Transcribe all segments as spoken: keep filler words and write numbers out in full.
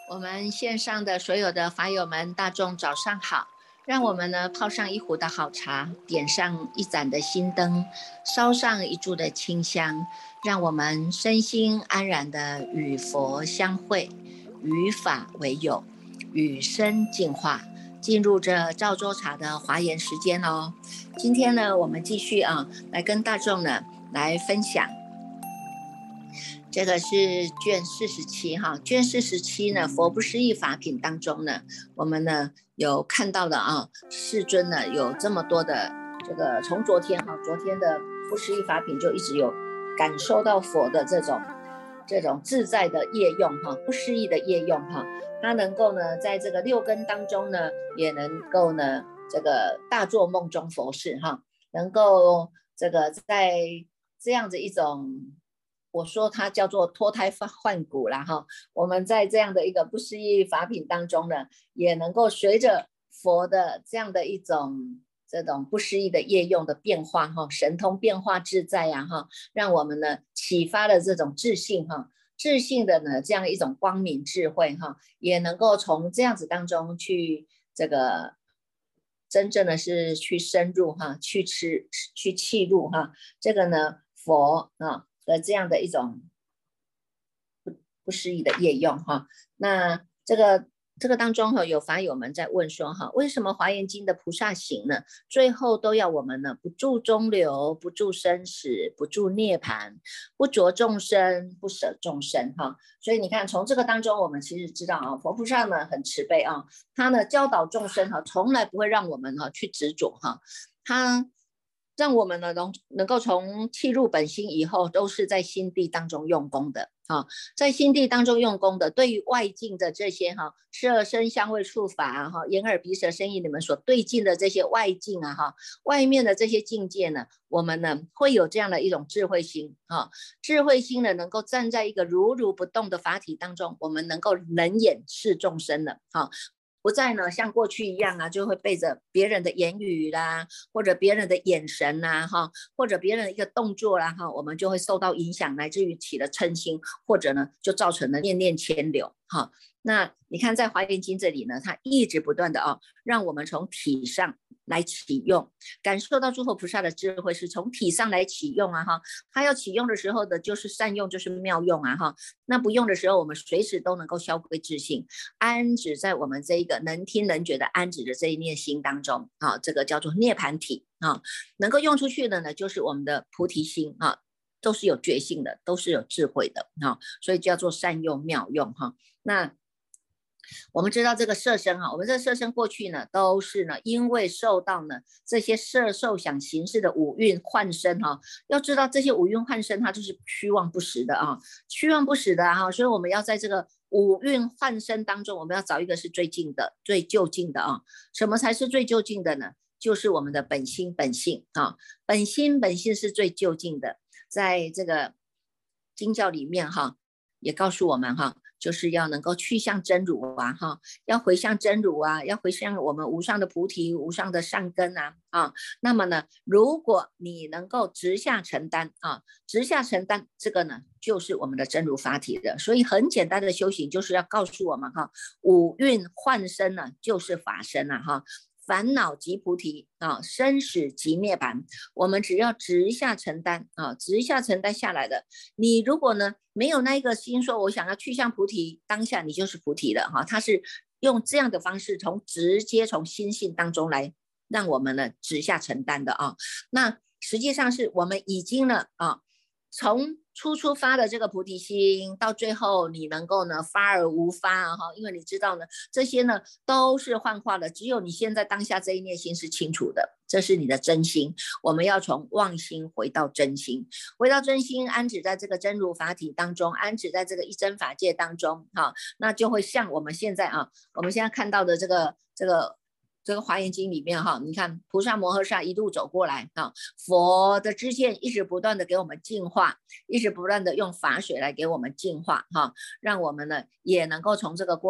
我们线上的所有的法友们，大众早上好！让我们呢泡上一壶的好茶，点上一盏的心灯，烧上一柱的清香，让我们身心安然的与佛相会，与法为友，与生净化，进入这赵州茶的华严时间哦。今天呢，我们继续啊，来跟大众呢来分享。这个是卷四十七哈，卷四十七呢，佛不思议法品当中呢，我们呢有看到的啊，世尊呢有这么多的这个，从昨天哈，昨天的不思议法品就一直有感受到佛的这种这种自在的业用哈，不思议的业用哈，它能够呢在这个六根当中呢，也能够呢这个大做梦中佛事哈，能够这个在这样子一种。我说它叫做脱胎换骨啦哈，我们在这样的一个不思议法品当中呢，也能够随着佛的这样的一种这种不思议的业用的变化哈，神通变化自在呀哈，让我们呢启发了这种自信哈，自信的呢这样一种光明智慧哈，也能够从这样子当中去这个真正的是去深入哈，去吃去契入哈，这个呢佛啊。的这样的一种不不思议的业用哈，那这个这个当中哈，有法友们在问说哈，为什么华严经的菩萨行呢，最后都要我们呢不住中流，不住生死，不住涅槃，不着众生，不舍众生哈？所以你看，从这个当中，我们其实知道啊，佛菩萨呢很慈悲啊，他呢教导众生哈，从来不会让我们哈去执着哈，他。让我们呢能能够从契入本心以后，都是在心地当中用功的啊，在心地当中用功的，对于外境的这些哈色声香味触法哈，眼耳鼻舌身意，你们所对境的这些外境啊哈，外面的这些境界呢，我们呢会有这样的一种智慧心啊，智慧心呢能够站在一个如如不动的法体当中，我们能够冷眼视众生了哈。不再呢像过去一样啊，就会背着别人的言语啦，或者别人的眼神啦，哈，或者别人的一个动作啦，哈，我们就会受到影响，乃至于起了嗔心，或者呢就造成了念念牵流，哈。那你看在华严经这里呢，它一直不断的哦，让我们从体上来启用，感受到诸佛菩萨的智慧是从体上来启用啊哈，他要启用的时候的就是善用，就是妙用啊哈，那不用的时候，我们随时都能够消归自性，安止在我们这一个能听能觉的安止的这一念心当中啊，这个叫做涅槃体啊，能够用出去的呢，就是我们的菩提心啊，都是有觉性的，都是有智慧的啊，所以叫做善用妙用哈，那。我们知道这个色身哈，我们这色身过去呢，都是呢，因为受到呢这些色受想行识的五蕴幻身哈，要知道这些五蕴幻身它就是虚妄不实的啊，虚妄不实的哈，所以我们要在这个五蕴幻身当中，我们要找一个是最近的、最就近的啊。什么才是最就近的呢？就是我们的本心本性啊，本心本性是最就近的，在这个经教里面哈，也告诉我们哈。就是要能够去向真如啊，哈，要回向真如啊，要回向我们无上的菩提、无上的善根啊，啊，那么呢，如果你能够直下承担啊，直下承担这个呢，就是我们的真如法体的。所以很简单的修行，就是要告诉我们哈，五蕴幻身呢，就是法身啊，哈。烦恼即菩提啊，生死即涅槃。我们只要直下承担啊，直下承担下来的。你如果呢没有那一个心说，我想要去向菩提，当下你就是菩提了哈。它是用这样的方式，从直接从心性当中来让我们呢直下承担的啊。那实际上是我们已经呢啊。从初初发的这个菩提心，到最后你能够呢发而无发哈，因为你知道呢，这些呢都是幻化的，只有你现在当下这一念心是清楚的，这是你的真心。我们要从妄心回到真心，回到真心，安止在这个真如法体当中，安止在这个一真法界当中哈，那就会像我们现在啊，我们现在看到的这个这个。这个华严经里面哈，你看菩萨摩诃萨一路走过来啊，佛的知见一直不断的给我们净化，一直不断的用法水来给我们净化哈，让我们呢也能够从这个过程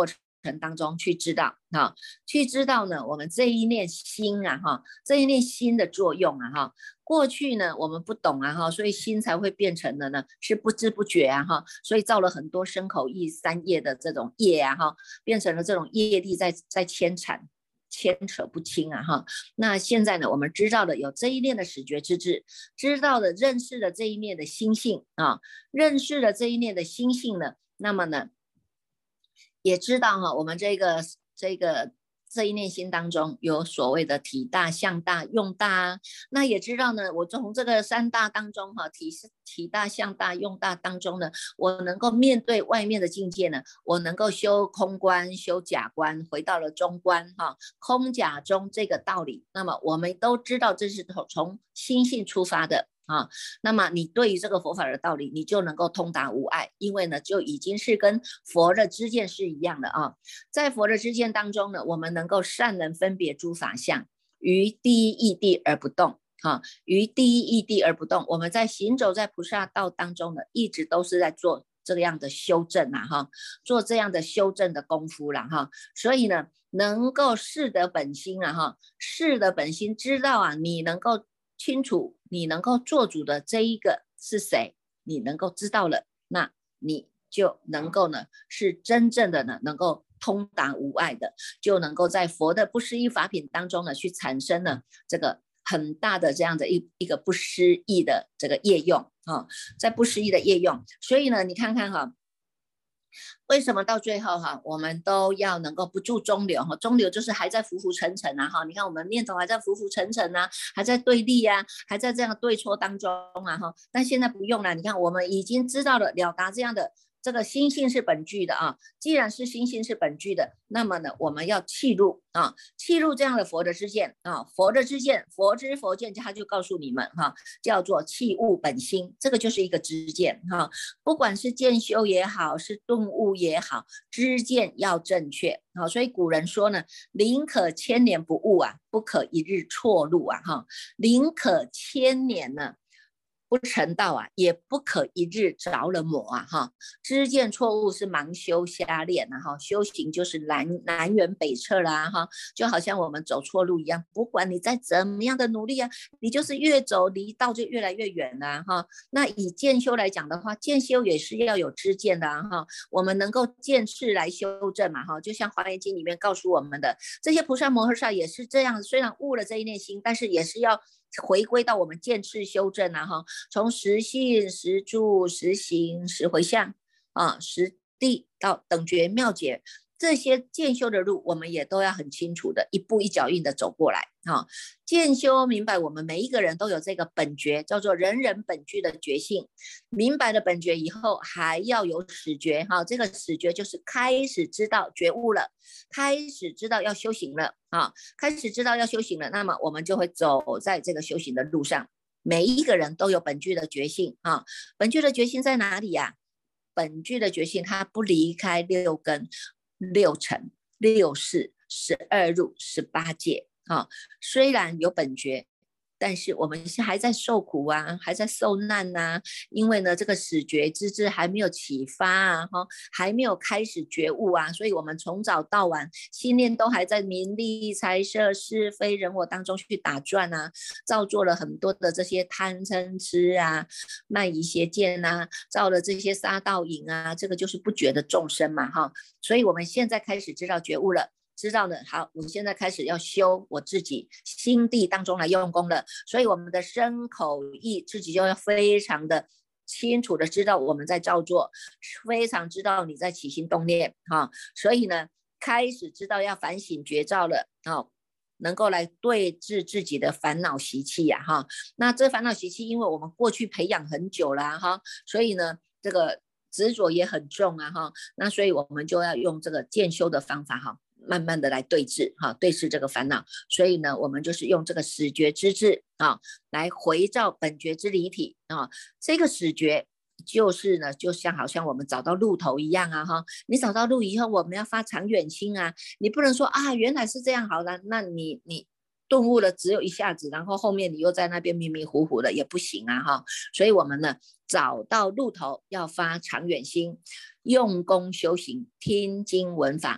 程当中去知道哈，去知道呢，我们这一念心啊哈，这一念心的作用啊哈，过去呢我们不懂啊哈，所以心才会变成了呢是不知不觉啊哈，所以造了很多身口意三业的这种业啊哈，变成了这种业力在在牵缠。牵扯不清啊哈，那现在呢，我们知道了有这一念的始觉之智，知道了认识了这一念的心性啊，认识了这一念的心性呢，那么呢，也知道哈，我们这个这个这一念心当中有所谓的体大、相大、用大啊，那也知道呢，我从这个三大当中哈，体体大、相大、用大当中呢，我能够面对外面的境界呢，我能够修空观、修假观，回到了中观哈，空假中这个道理，那么我们都知道这是从心性出发的。啊，那么你对于这个佛法的道理，你就能够通达无碍，因为呢，就已经是跟佛的知见是一样的啊。在佛的知见当中呢，我们能够善能分别诸法相，于第一义谛而不动。啊，于第一义谛而不动，我们在行走在菩萨道当中呢，一直都是在做这样的修正啊，哈，做这样的修正的功夫啦，哈。所以呢，能够识得本心啊，哈，识得本心，知道啊，你能够清楚，你能够做主的这一个是谁，你能够知道了，那你就能够呢，是真正的呢，能够通达无碍的，就能够在佛的不思议法品当中呢，去产生了这个很大的这样的一一个不思议的这个业用啊、哦，在不思议的业用，所以呢，你看看哈。为什么到最后哈，我们都要能够不住中流哈？中流就是还在浮浮沉沉啊哈！你看我们念头还在浮浮沉沉啊，还在对立啊，还在这样对错当中啊哈。但现在不用了，你看我们已经知道了了达这样的这个心性是本具的啊。既然是心性是本具的，那么呢，我们要契入啊，契入这样的佛的知见啊，佛的知见，佛知佛见，他就告诉你们哈、啊，叫做契悟本心，这个就是一个知见哈、啊。不管是渐修也好，是顿悟也好，知见要正确。好，所以古人说呢，宁可千年不悟啊，不可一日错路啊，哈，宁可千年呢不成道啊，也不可一日着了魔啊，哈，知见错误是盲修瞎练啊，哈，修行就是南南辕北辙啦，哈，就好像我们走错路一样，不管你再怎么样的努力啊，你就是越走离道就越来越远啦，哈。那以渐修来讲的话，渐修也是要有知见的啊，哈，我们能够见智来修正嘛，哈，就像《华严经》里面告诉我们的，这些菩萨摩诃萨也是这样，虽然悟了这一念心，但是也是要回归到我们见智修正啊，哈，从实信、实住、实行、实回向啊、实地到等觉妙解，这些渐修的路，我们也都要很清楚的，一步一脚印的走过来啊。渐修明白，我们每一个人都有这个本觉，叫做人人本具的觉性。明白了本觉以后，还要有始觉哈。这个始觉就是开始知道觉悟了，开始知道要修行了啊，开始知道要修行了，那么我们就会走在这个修行的路上。每一个人都有本具的觉性啊，本具的觉性在哪里呀、啊？本具的觉性，它不离开六根、六尘、六识、十二入、十八界啊。虽然有本觉，但是我们是还在受苦啊，还在受难呐、啊。因为呢，这个始觉之智还没有启发啊，哈，还没有开始觉悟啊，所以我们从早到晚，心念都还在名利、财色、是非、人我当中去打转啊，造作了很多的这些贪嗔痴啊、慢疑邪见啊，造了这些杀盗淫啊，这个就是不觉的众生嘛，哈。所以我们现在开始知道觉悟了。知道了，好，我现在开始要修我自己心地当中来用功了，所以我们的身口意自己就要非常的清楚的知道我们在造作，非常知道你在起心动念哈，所以呢，开始知道要反省觉照了啊，能够来对治自己的烦恼习气呀哈。那这烦恼习气，因为我们过去培养很久了哈，所以呢，这个执着也很重啊哈，那所以我们就要用这个渐修的方法哈。慢慢的来对治哈，对治这个烦恼，所以呢，我们就是用这个始觉之智啊，来回照本觉之离体啊。这个始觉就是呢，就像好像我们找到路头一样啊哈。你找到路以后，我们要发长远心啊，你不能说啊，原来是这样好了，那你你顿悟了只有一下子，然后后面你又在那边迷迷糊糊的也不行啊哈。所以我们呢，找到路头要发长远心，用功修行，听经闻法。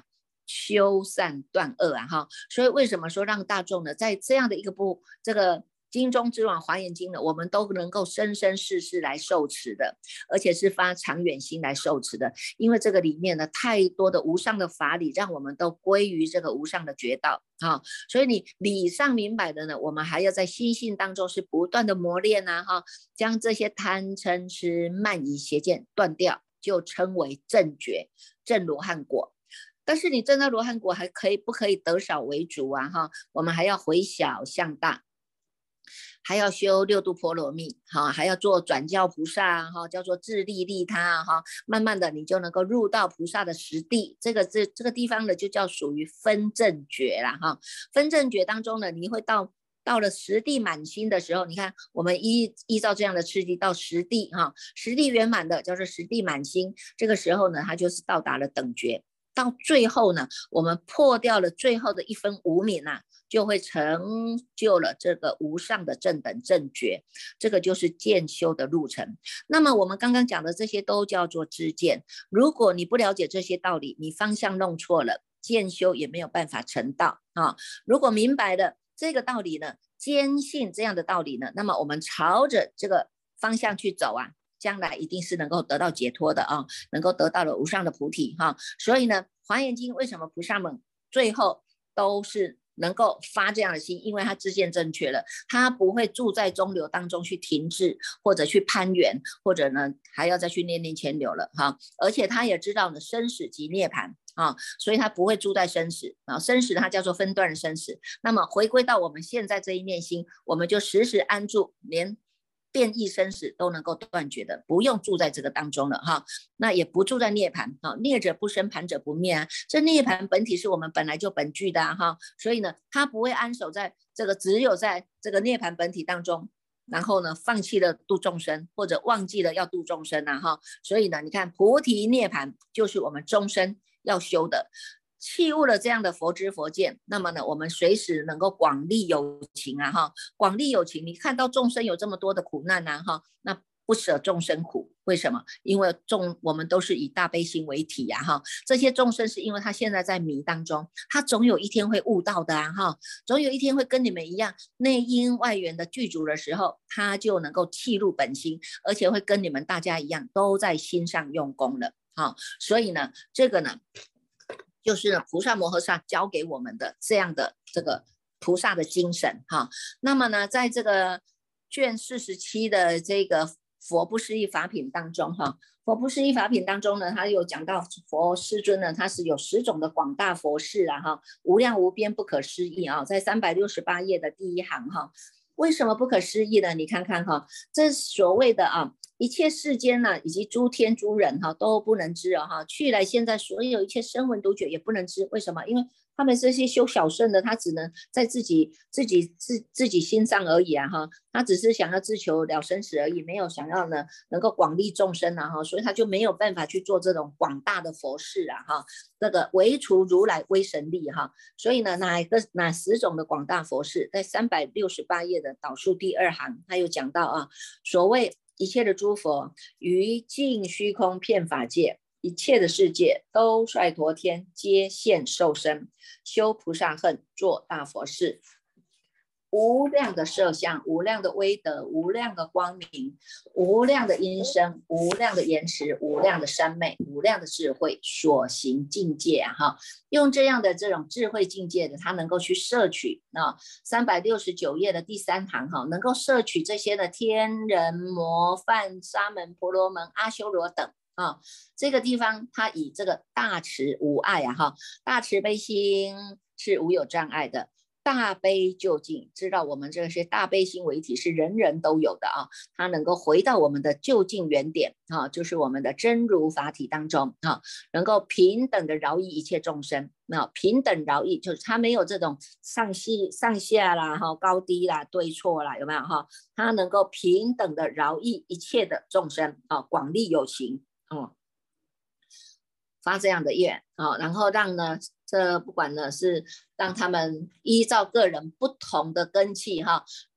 修善断恶啊哈。所以为什么说让大众呢，在这样的一个部这个经中之王华严经呢，我们都能够生生世世来受持的，而且是发长远心来受持的。因为这个里面呢，太多的无上的法理，让我们都归于这个无上的觉道啊。所以你理上明白的呢，我们还要在心性当中是不断的磨练啊哈，将这些贪嗔痴慢疑邪见断掉，就称为正觉正罗汉果。但是你证到罗汉果还可以不可以得少为主啊哈？我们还要回小向大，还要修六度波罗蜜，哈，还要做转教菩萨，哈，叫做自利利他，哈，慢慢的你就能够入到菩萨的实地，这个这这个地方呢，就叫属于分正觉啦，哈，分正觉当中呢，你会到到了实地满心的时候，你看我们依依照这样的次第到实地，哈，实地圆满的叫做实地满心，这个时候呢，它就是到达了等觉。到最后呢，我们破掉了最后的一分无明啊，就会成就了这个无上的正等正觉，这个就是渐修的路程。那么我们刚刚讲的这些都叫做知见，如果你不了解这些道理，你方向弄错了，渐修也没有办法成道啊。如果明白了这个道理呢，坚信这样的道理呢，那么我们朝着这个方向去走啊，将来一定是能够得到解脱的啊，能够得到了无上的菩提哈。所以呢，华严经为什么菩萨们最后都是能够发这样的心？因为他知见正确了，他不会住在中流当中去停滞，或者去攀援，或者呢还要再去念念牵流了哈。而且他也知道呢生死即涅槃啊，所以他不会住在生死啊，生死它叫做分段生死。那么回归到我们现在这一念心，我们就时时安住，连变异生死都能够断绝的，不用住在这个当中了哈。那也不住在涅槃哈，涅者不生，盘者不灭啊。这涅槃本体是我们本来就本具的啊哈，所以呢，他不会安守在这个只有在这个涅槃本体当中，然后呢，放弃了度众生，或者忘记了要度众生啊哈。所以呢，你看菩提涅槃就是我们终身要修的。弃悟了这样的佛知佛见，那么呢，我们随时能够广利有情啊哈，广利有情，你看到众生有这么多的苦难啊哈，那不舍众生苦，为什么？因为众我们都是以大悲心为体呀、啊、哈，这些众生是因为他现在在迷当中，他总有一天会悟到的啊哈，总有一天会跟你们一样内因外缘的具足的时候，他就能够契入本心，而且会跟你们大家一样都在心上用功了哈，所以呢，这个呢。就是菩萨摩诃萨教给我们的这样的这个菩萨的精神哈。那么呢，在这个卷四十七的这个佛不思议法品当中哈，佛不思议法品当中呢，他有讲到佛世尊呢，他是有十种的广大佛事啊哈，无量无边不可思议啊，在三百六十八页的第一行哈。为什么不可思议呢？你看看哈，这所谓的啊。一切世间呢、啊，以及诸天诸人哈、啊、都不能知啊哈，去来现在所有一切声闻独觉也不能知，为什么？因为他们这些修小圣的，他只能在自己自己自自己心上而已啊哈，他只是想要自求了生死而已，没有想要呢能够广利众生啊哈，所以他就没有办法去做这种广大的佛事啊哈，这个唯除如来威神力哈，所以呢哪一个哪十种的广大佛事，在三百六十八页的导数第二行，他有讲到啊，所谓。一切的诸佛于尽虚空遍法界，一切的世界都率陀天皆现受身，修菩萨恨，做大佛事，无量的色相，无量的威德，无量的光明，无量的音声，无量的言辞，无量的三昧，无量的智慧，所行境界啊哈，用这样的这种智慧境界的，他能够去摄取啊，三百六十九页的第三行哈，能够摄取这些的天人、魔、梵、沙门、婆罗门、阿修罗等。啊，这个地方它以这个大慈无碍啊哈，大慈悲心是无有障碍的，大悲究竟知道我们这些大悲心为体是人人都有的啊，它能够回到我们的究竟原点啊，就是我们的真如法体当中啊，能够平等的饶益一切众生。那平等饶益就是它没有这种上细上下啦哈，高低啦对错啦，有没有哈？它能够平等的饶益一切的众生啊，广利有情。哦，发这样的愿啊，然后让呢，这不管呢是让他们依照个人不同的根器哈，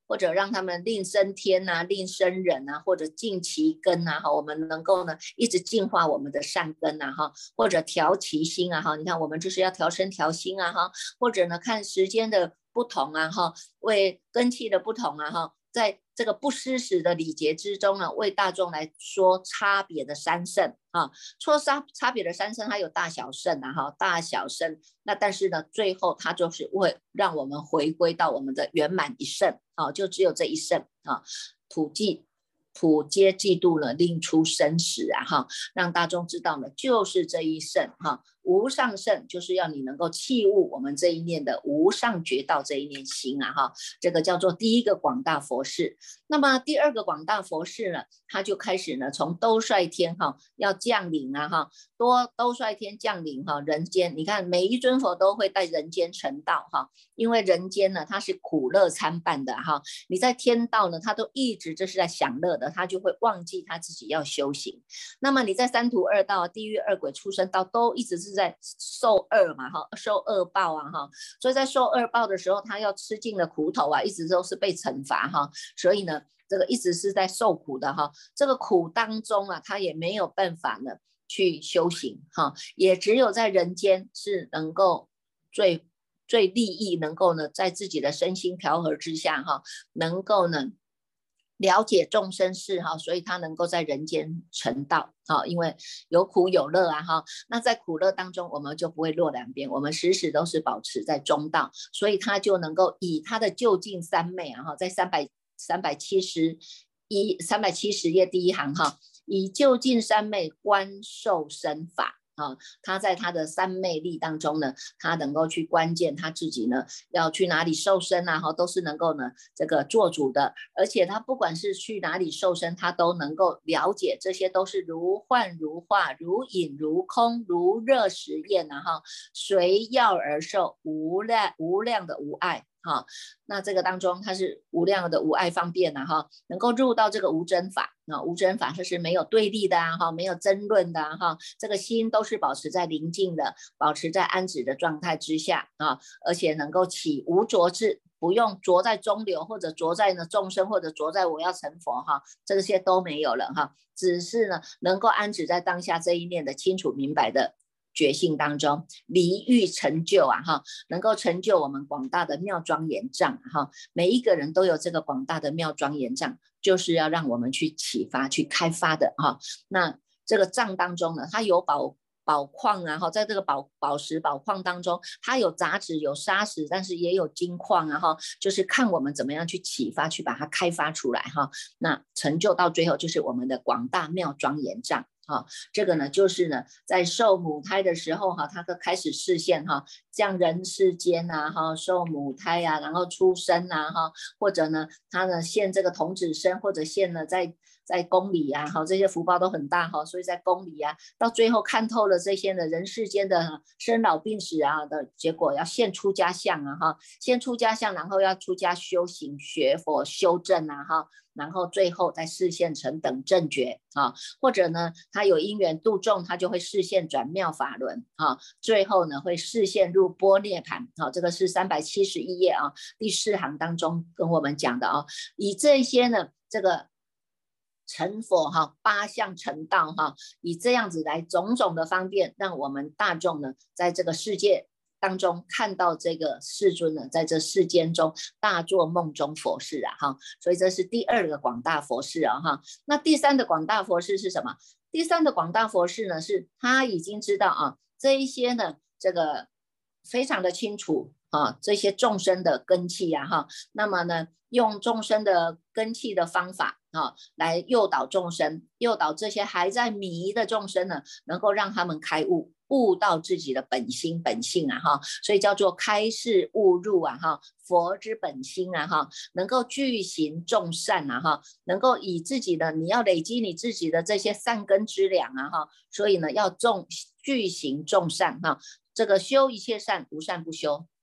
或者让他们令生天啊，令生人啊，或者净其根啊，哈，我们能够呢一直净化我们的善根啊，哈，或者调其心啊，哈，你看我们就是要调身调心啊，哈，或者呢看时间的不同啊，哈，为根气的不同啊，哈。在这个不失时的礼节之中呢，为大众来说差别的三圣啊，说差差别的三圣，它有大小圣啊，哈，大小圣。那但是呢，最后它就是会让我们回归到我们的圆满一圣啊，就只有这一圣啊，土地。普皆嫉妒了，令出生死啊，哈，让大众知道呢，就是这一圣哈，无上圣就是要你能够弃悟我们这一念的无上觉道这一念心啊，哈，这个叫做第一个广大佛事。那么第二个广大佛事呢，它就开始呢，从兜率天哈要降临啊，哈，多兜率天降临哈，人间，你看每一尊佛都会在人间成道哈，因为人间呢它是苦乐参半的哈，你在天道呢，它都一直这是在享乐的。他就会忘记他自己要修行。那么你在三途二道、地狱、二鬼、畜生道都一直是在受恶嘛，哈，受恶报啊，哈，所以在受恶报的时候，他要吃尽了苦头啊，一直都是被惩罚哈，所以呢，这个一直是在受苦的哈。这个苦当中啊，他也没有办法呢去修行哈，也只有在人间是能够最最利益，能够呢在自己的身心调和之下哈，能够呢。了解众生事哈，所以他能够在人间成道哈，因为有苦有乐啊哈。那在苦乐当中，我们就不会落两边，我们时时都是保持在中道，所以他就能够以他的究竟三昧啊哈，在三百三百七十一三百七十页第一行哈，以究竟三昧观受身法。啊，他在他的三昧力当中呢，他能够去关键他自己呢要去哪里受身啊，都是能够呢这个做主的，而且他不管是去哪里受身，他都能够了解，这些都是如幻如化，如影如空，如热实验啊哈，随要而受，无量无量的无碍。哈，那这个当中它是无量的无碍方便呐、啊、哈，能够入到这个无争法啊，无争法它是没有对立的啊哈，没有争论的啊哈，这个心都是保持在宁静的，保持在安止的状态之下啊，而且能够起无着智，不用着在中流或者着在呢众生或者着在我要成佛哈，这些都没有了哈，只是呢能够安止在当下这一念的清楚明白的。觉性当中，离欲成就啊哈，能够成就我们广大的妙庄严藏哈，每一个人都有这个广大的妙庄严藏，就是要让我们去启发、去开发的哈。那这个藏当中呢，它有宝宝矿啊哈，在这个宝宝石宝矿当中，它有杂质、有砂石，但是也有金矿啊哈，就是看我们怎么样去启发、去把它开发出来哈。那成就到最后，就是我们的广大妙庄严藏。哈，这个呢，就是呢，在受母胎的时候哈，他就开始示现哈，像人世间啊哈，受母胎啊，然后出生啊哈，或者呢，他呢现这个童子身，或者现呢在在宫里啊，哈，这些福报都很大哈，所以在宫里啊，到最后看透了这些呢人世间的生老病死啊的结果，要现出家相啊哈，现出家相，然后要出家修行学佛修正啊哈。然后最后再示现成等正觉啊，或者呢，他有因缘度众，他就会示现转妙法轮啊，最后呢会示现入般涅盘啊，这个是三百七十一页啊第四行当中跟我们讲的啊，以这些呢这个成佛哈八相成道哈，以这样子来种种的方便，让我们大众呢在这个世界。当中看到这个世尊呢，在这世间中大做梦中佛事啊哈，所以这是第二个广大佛事啊哈。那第三的广大佛事是什么？第三的广大佛事呢，是他已经知道啊，这一些呢，这个非常的清楚啊，这些众生的根器啊哈，那么呢，用众生的根器的方法啊，来诱导众生，诱导这些还在迷的众生呢，能够让他们开悟。悟到自己的本心本性啊哈，所以叫做开示悟入啊哈，佛之本心啊哈，能够具行众善啊哈，能够以自己的你要累积你自己的这些善根之粮啊哈，所以呢要众具行众善哈，这个修一切善，无善不修。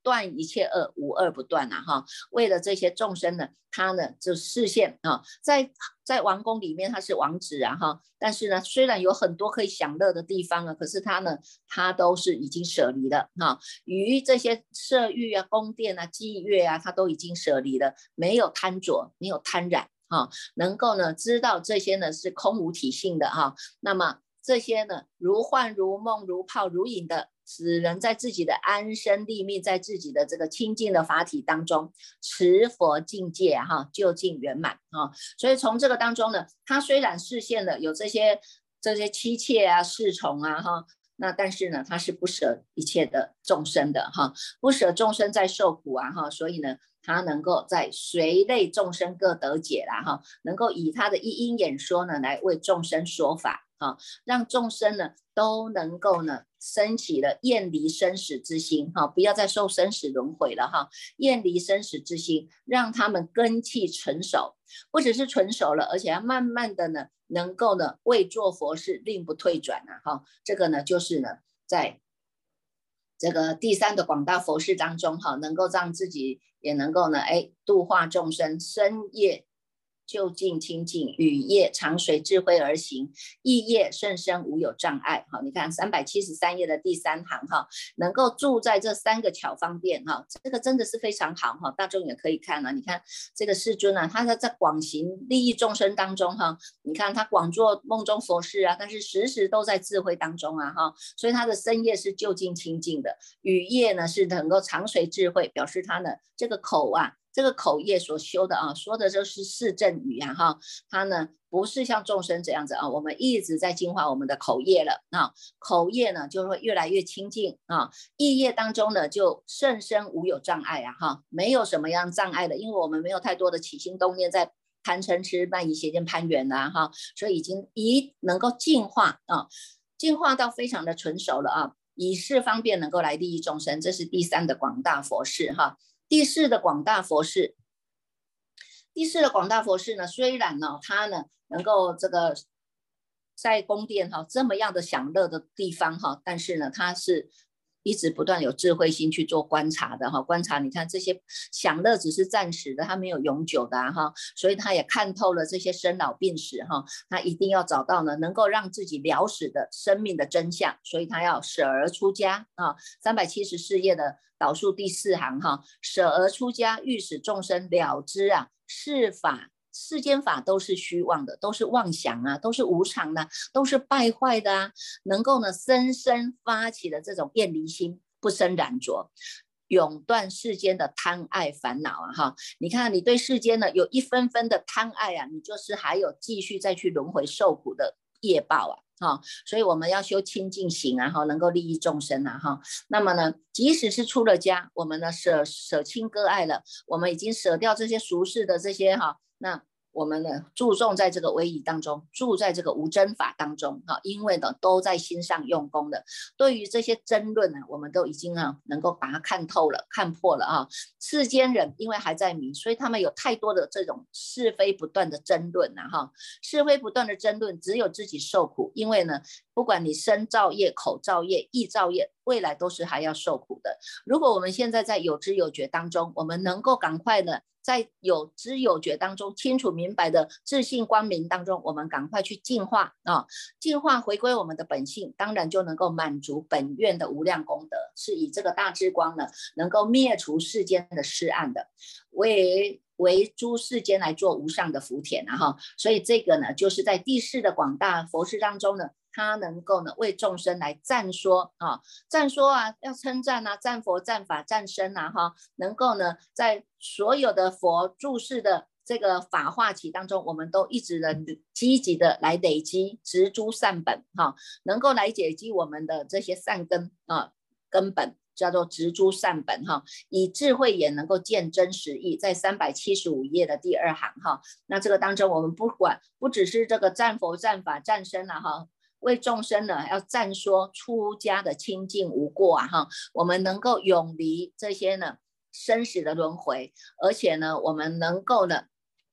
断一切恶，无恶不断啊哈。为了这些众生呢，他呢就视线啊，在在王宫里面他是王子啊哈，但是呢虽然有很多可以享乐的地方啊，可是他呢他都是已经舍离了哈，于这些色欲啊、宫殿啊、伎乐啊，他都已经舍离了，没有贪着，没有贪染哈，能够呢知道这些呢是空无体性的哈，那么这些呢如幻如梦如泡如影的，使人在自己的安身立命，在自己的这个清净的法体当中持佛境界哈，究竟圆满哈。所以从这个当中呢，他虽然视现了有这些这些妻妾啊、侍从啊哈，那但是呢，他是不舍一切的众生的哈，不舍众生在受苦啊哈，所以呢。他能够在随类众生各得解啦哈，能够以他的一因演说呢，来为众生说法啊，让众生呢都能够呢升起了厌离生死之心哈，不要再受生死轮回了哈，厌离生死之心，让他们根器成熟，不只是成熟了，而且要慢慢的呢，能够呢为做佛事，令不退转啊哈，这个呢就是呢在。这个第三的广大佛事当中哈，能够让自己也能够呢，哎，度化众生，深夜就近清净，雨夜常随智慧而行，意业甚深无有障碍。好，你看三百七十三页的第三行哈，能够住在这三个巧方便哈，这个真的是非常好哈，大众也可以看啊。你看这个世尊啊，他在广行利益众生当中哈，你看他广做梦中佛事啊，但是时时都在智慧当中啊哈，所以他的深夜是就近清净的，雨夜呢是能够常随智慧，表示他呢这个口啊。这个口业所修的啊，说的就是四正语啊哈，它呢不是像众生这样子啊，我们一直在净化我们的口业了啊，口业呢就会越来越清净啊，意业当中呢就甚深无有障碍啊哈，没有什么样障碍的，因为我们没有太多的起心动念在贪嗔痴慢疑邪见攀缘啊哈，所以已经已能够净化啊，净化到非常的纯熟了啊，以是方便能够来利益众生，这是第三的广大佛事哈。第四的广大佛事，第四的广大佛事呢，虽然呢，它呢能够这个在宫殿哈这么样的享乐的地方哈，但是呢，它是一直不断有智慧心去做观察的哈，观察你看这些享乐只是暂时的，它没有永久的哈，所以他也看透了这些生老病死哈，他一定要找到呢能够让自己了死的生命的真相，所以他要舍而出家啊，三百七十四页的导数第四行哈，舍而出家，欲使众生了知啊，是法。世间法都是虚妄的，都是妄想啊，都是无常的，都是败坏的啊。能够呢，深深发起了这种厌离心，不生染着，永断世间的贪爱烦恼啊！哈，你看你对世间呢有一分分的贪爱啊，你就是还有继续再去轮回受苦的业报啊！哈，所以我们要修清净行啊，哈，能够利益众生啊，哈。那么呢，即使是出了家，我们呢舍舍亲割爱了，我们已经舍掉这些俗世的这些哈。那我们呢注重在这个唯义当中，住在这个无真法当中哈，因为呢都在心上用功的。对于这些争论呢，我们都已经啊能够把它看透了、看破了啊。世间人因为还在迷，所以他们有太多的这种是非不断的争论呐哈，是非不断的争论，只有自己受苦。因为呢，不管你身造业、口造业、意造业，未来都是还要受苦的。如果我们现在在有知有觉当中，我们能够赶快的。在有知有觉当中，清楚明白的自信光明当中，我们赶快去净化啊，净化回归我们的本性，当然就能够满足本愿的无量功德，是以这个大智光呢，能够灭除世间的世暗的，为为诸世间来做无上的福田啊哈，所以这个呢，就是在第四的广大佛事当中呢。他能够呢为众生来赞说啊，赞说啊，要称赞啊，赞佛、赞法、赞身啊，哈，能够呢在所有的佛注释的这个法化期当中，我们都一直的积极的来累积植诸善本哈，能够来解积我们的这些善根啊根本。叫做植诸善本哈，以智慧也能够见真实义，在三百七十五页的第二行哈。那这个当中，我们不管不只是这个赞佛、赞法、赞身了哈。为众生呢，要赞说出家的清净无过啊哈，我们能够永离这些呢生死的轮回，而且呢，我们能够呢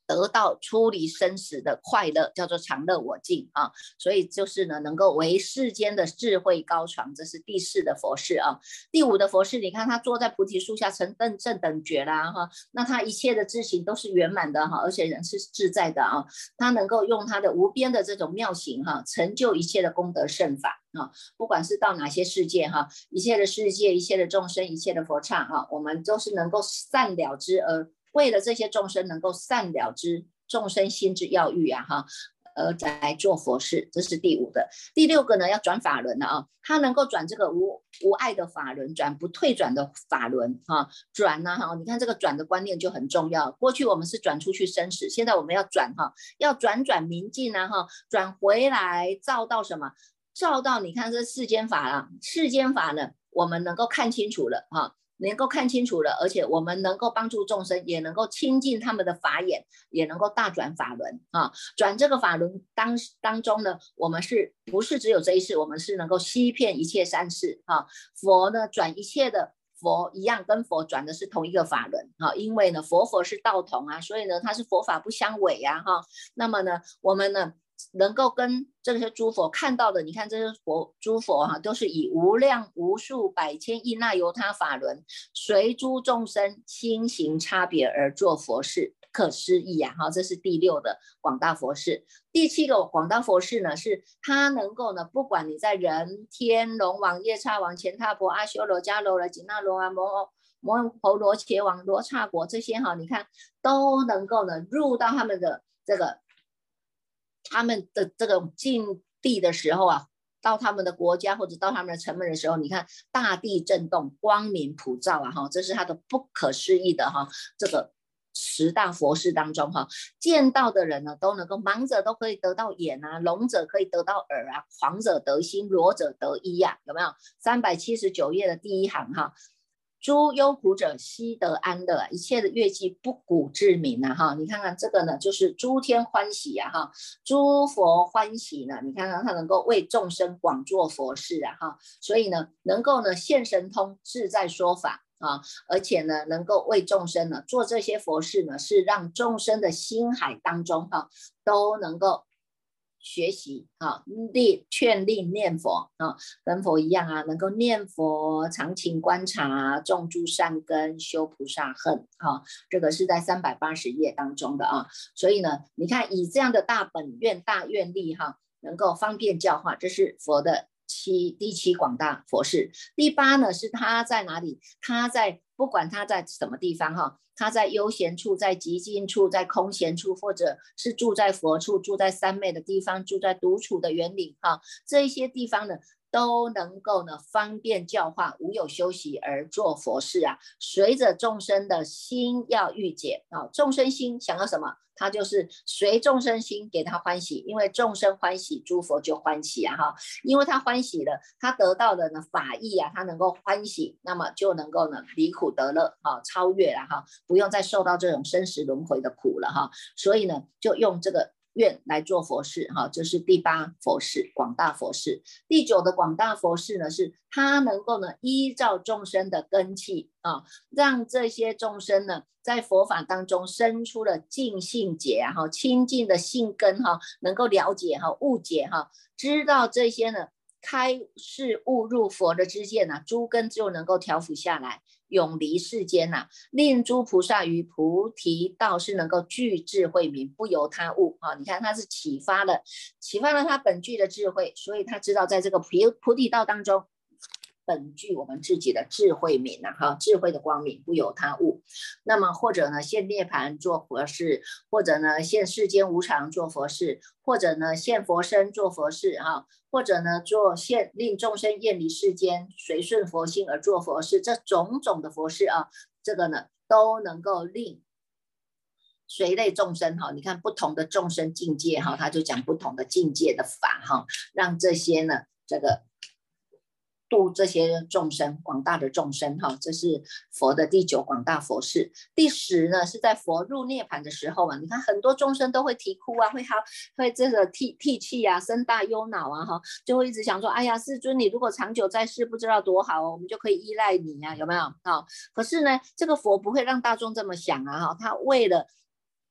得到出离生死的快乐，叫做常乐我净啊。所以就是呢，能够为世间的智慧高床，这是第四的佛事啊。第五的佛事，你看他坐在菩提树下成正正等觉啦哈，那他一切的知行都是圆满的哈，而且人是自在的啊。他能够用他的无边的这种妙行哈，成就一切的功德圣法啊。不管是到哪些世界哈，一切的世界，一切的众生，一切的佛刹哈，我们都是能够善了之而。为了这些众生能够善了之，众生心之要欲啊哈，而来做佛事，这是第五的。第六个呢，要转法轮了啊，他能够转这个无无爱的法轮，转不退转的法轮啊，转呢哈，你看这个转的观念就很重要。过去我们是转出去生死，现在我们要转哈，要转转明净啊哈，转回来照到什么？照到你看这世间法啊，世间法呢，我们能够看清楚了哈。能够看清楚了，而且我们能够帮助众生，也能够亲近他们的法眼，也能够大转法轮啊！转这个法轮当当中呢，我们是不是只有这一世？我们是能够悉遍一切三世啊！佛呢转一切的佛一样，跟佛转的是同一个法轮啊！因为呢，佛佛是道同啊，所以呢，它是佛法不相违啊哈。那么呢，我们呢？能够跟这些诸佛看到的，你看这些佛诸佛哈、啊，都是以无量无数百千亿那由他法轮，随诸众生心行差别而做佛事，可思议啊！哈，这是第六的广大佛事。第七个广大佛事呢，是他能够呢，不管你在人天龙王夜叉王乾闥婆阿修罗迦楼罗紧那罗啊摩摩婆罗伽王罗刹国这些哈、啊，你看都能够呢入到他们的这个。他们的这种境地的时候啊，到他们的国家或者到他们的城门的时候，你看大地震动，光明普照啊，哈，这是他的不可思议的哈，这个十大佛事当中哈，见到的人呢都能够，盲者都可以得到眼啊，聋者可以得到耳啊，狂者得心，弱者得意啊，有没有？三百七十九页的第一行哈。诸忧苦者悉得安乐，一切的乐器不鼓至鸣啊哈！你看看这个呢，就是诸天欢喜啊哈，诸佛欢喜呢，你看看他能够为众生广做佛事啊哈，所以呢，能够呢现神通自在说法啊，而且呢，能够为众生呢做这些佛事呢，是让众生的心海当中哈都能够。学习啊，力劝令念佛啊，跟佛一样啊，能够念佛，常勤观察，种诸善根，修菩萨恨啊，这个是在三百八十页当中的啊。所以呢，你看以这样的大本愿、大愿力哈、啊，能够方便教化，这是佛的七第七广大佛事。第八呢，是他在哪里？他在不管他在什么地方哈、啊。他在悠闲处，在寂静处，在空闲处，或者是住在佛处，住在三昧的地方，住在独处的园林哈，这一些地方呢，都能够呢方便教化，无有休息而做佛事啊。随着众生的心要欲解啊，众生心想要什么？他就是随众生心给他欢喜，因为众生欢喜，诸佛就欢喜啊哈，因为他欢喜了，他得到的呢法益啊，他能够欢喜，那么就能够呢离苦得乐哈，超越了哈，不用再受到这种生死轮回的苦了哈，所以呢，就用这个愿来做佛事哈，这是第八佛事，广大佛事。第九的广大佛事呢，是他能够呢依照众生的根器啊，让这些众生呢在佛法当中生出了净性解啊，哈，清净的性根哈，能够了解哈，误解哈，知道这些呢。开示悟入佛的知见啊，诸根就能够调伏下来，永离世间啊，令诸菩萨于菩提道是能够具智慧明，不由他物啊。你看他是启发了，启发了他本具的智慧，所以他知道在这个菩菩提道当中。本具我们自己的智慧明啊，哈，智慧的光明不有他物。那么或者呢，现涅盘做佛事，或者呢，现世间无常做佛事，或者呢，现佛身做佛事哈，或者呢，做现令众生厌离世间，随顺佛心而做佛事，这种种的佛事啊，这个呢都能够令。随类众生哈，你看不同的众生境界哈，他就讲不同的境界的法哈，让这些呢，这个。度这些众生，广大的众生哈，这是佛的第九广大佛事。第十呢，是在佛入涅盘的时候啊，你看很多众生都会啼哭啊，会好会这个涕涕泣啊，生大忧恼啊哈，就会一直想说，哎呀，世尊你如果长久在世，不知道多好哦，我们就可以依赖你啊，有没有啊？可是呢，这个佛不会让大众这么想啊哈，他为了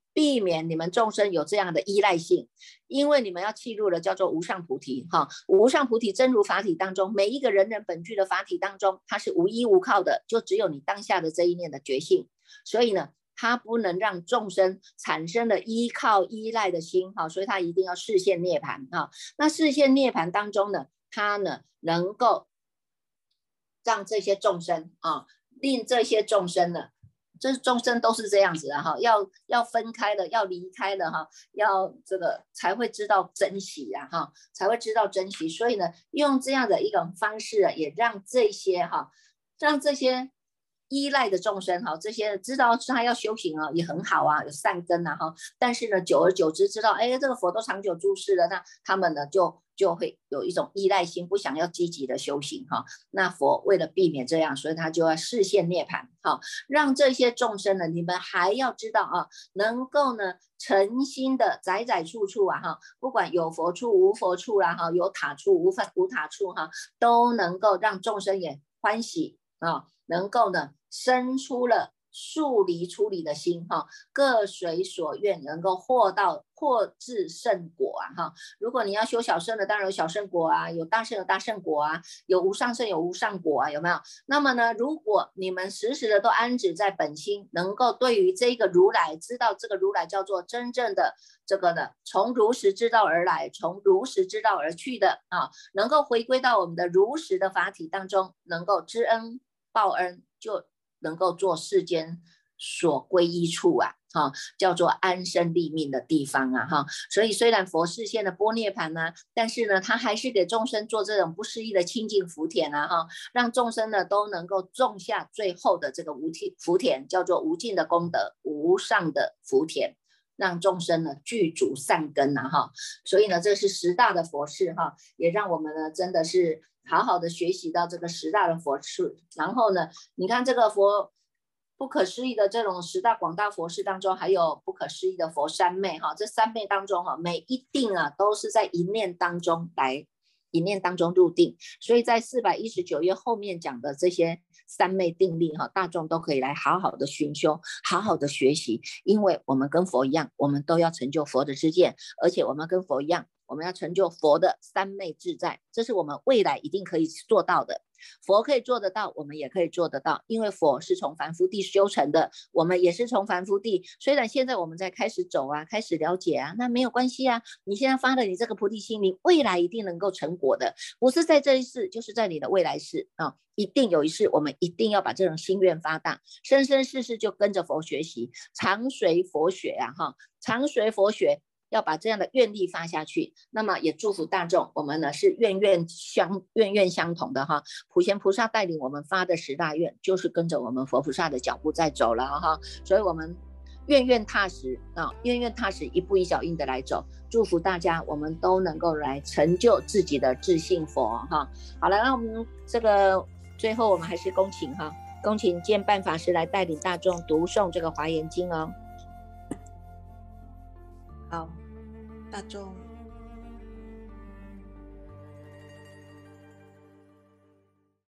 避免你们众生有这样的依赖性，因为你们要契入的叫做无上菩提哈。无上菩提真如法体当中，每一个人人本具的法体当中，它是无依无靠的，就只有你当下的这一念的觉性。所以呢，它不能让众生产生了依靠依赖的心哈，所以它一定要示现涅槃哈。那示现涅槃当中呢，它呢能够让这些众生啊，令这些众生呢，这众生都是这样子的哈，要要分开了，要离开了哈，要这个才会知道珍惜啊哈，才会知道珍惜。所以呢，用这样的一种方式啊，也让这些哈，让这些依赖的众生哈，这些知道他要修行啊，也很好啊，有善根啊哈。但是呢，久而久之知道，哎，这个佛都长久住世了，那他们呢就就会有一种依赖心，不想要积极的修行哈。那佛为了避免这样，所以他就要示现涅槃哈，让这些众生呢，你们还要知道啊，能够呢诚心的在在处处啊哈，不管有佛处无佛处啦哈，有塔处无法无塔处哈，都能够让众生也欢喜啊，能够呢生出了树离出离的心哈，各随所愿，能够获到获至圣果啊哈。如果你要修小圣的，当然有小圣果啊，有大圣有大圣果啊，有无上圣有无上果啊，有没有？那么呢，如果你们时时的都安止在本心，能够对于这个如来知道，这个如来叫做真正的这个呢，从如实知道而来，从如实知道而去的啊，能够回归到我们的如实的法体当中，能够知恩报恩，就能够做世间所归依处啊，哈，叫做安身立命的地方啊，哈。所以虽然佛示现的般涅槃呢，但是呢，他还是给众生做这种不思议的清净福田啊，哈，让众生呢都能够种下最后的这个无福田，叫做无尽的功德，无上的福田。让众生呢具足善根啊哈，所以呢这是十大的佛事哈，也让我们呢真的是好好的学习到这个十大的佛事。然后呢，你看这个佛不可思议的这种十大广大佛事当中，还有不可思议的佛三昧哈，这三昧当中哈，每一定啊都是在一念当中来。一念当中入定，所以在四百一十九页后面讲的这些三昧定力哈，大众都可以来好好的熏修，好好的学习，因为我们跟佛一样，我们都要成就佛的知见，而且我们跟佛一样，我们要成就佛的三昧自在，这是我们未来一定可以做到的。佛可以做得到，我们也可以做得到，因为佛是从凡夫地修成的，我们也是从凡夫地。虽然现在我们在开始走啊，开始了解啊，那没有关系啊。你现在发了你这个菩提心，你未来一定能够成果的，不是在这一世，就是在你的未来世啊，一定有一世，我们一定要把这种心愿发大，生生世世就跟着佛学习，常随佛学啊，哈，常随佛学。要把这样的愿力发下去，那么也祝福大众，我们呢是愿愿相愿愿相同的哈。普贤菩萨带领我们发的十大愿，就是跟着我们佛菩萨的脚步在走了哈。所以我们愿愿踏实啊，愿愿踏实，一步一脚印的来走。祝福大家，我们都能够来成就自己的自信佛哈。好了，那我们这个最后我们还是恭请哈，恭请见办法师来带领大众读诵这个华严经哦。 好，大众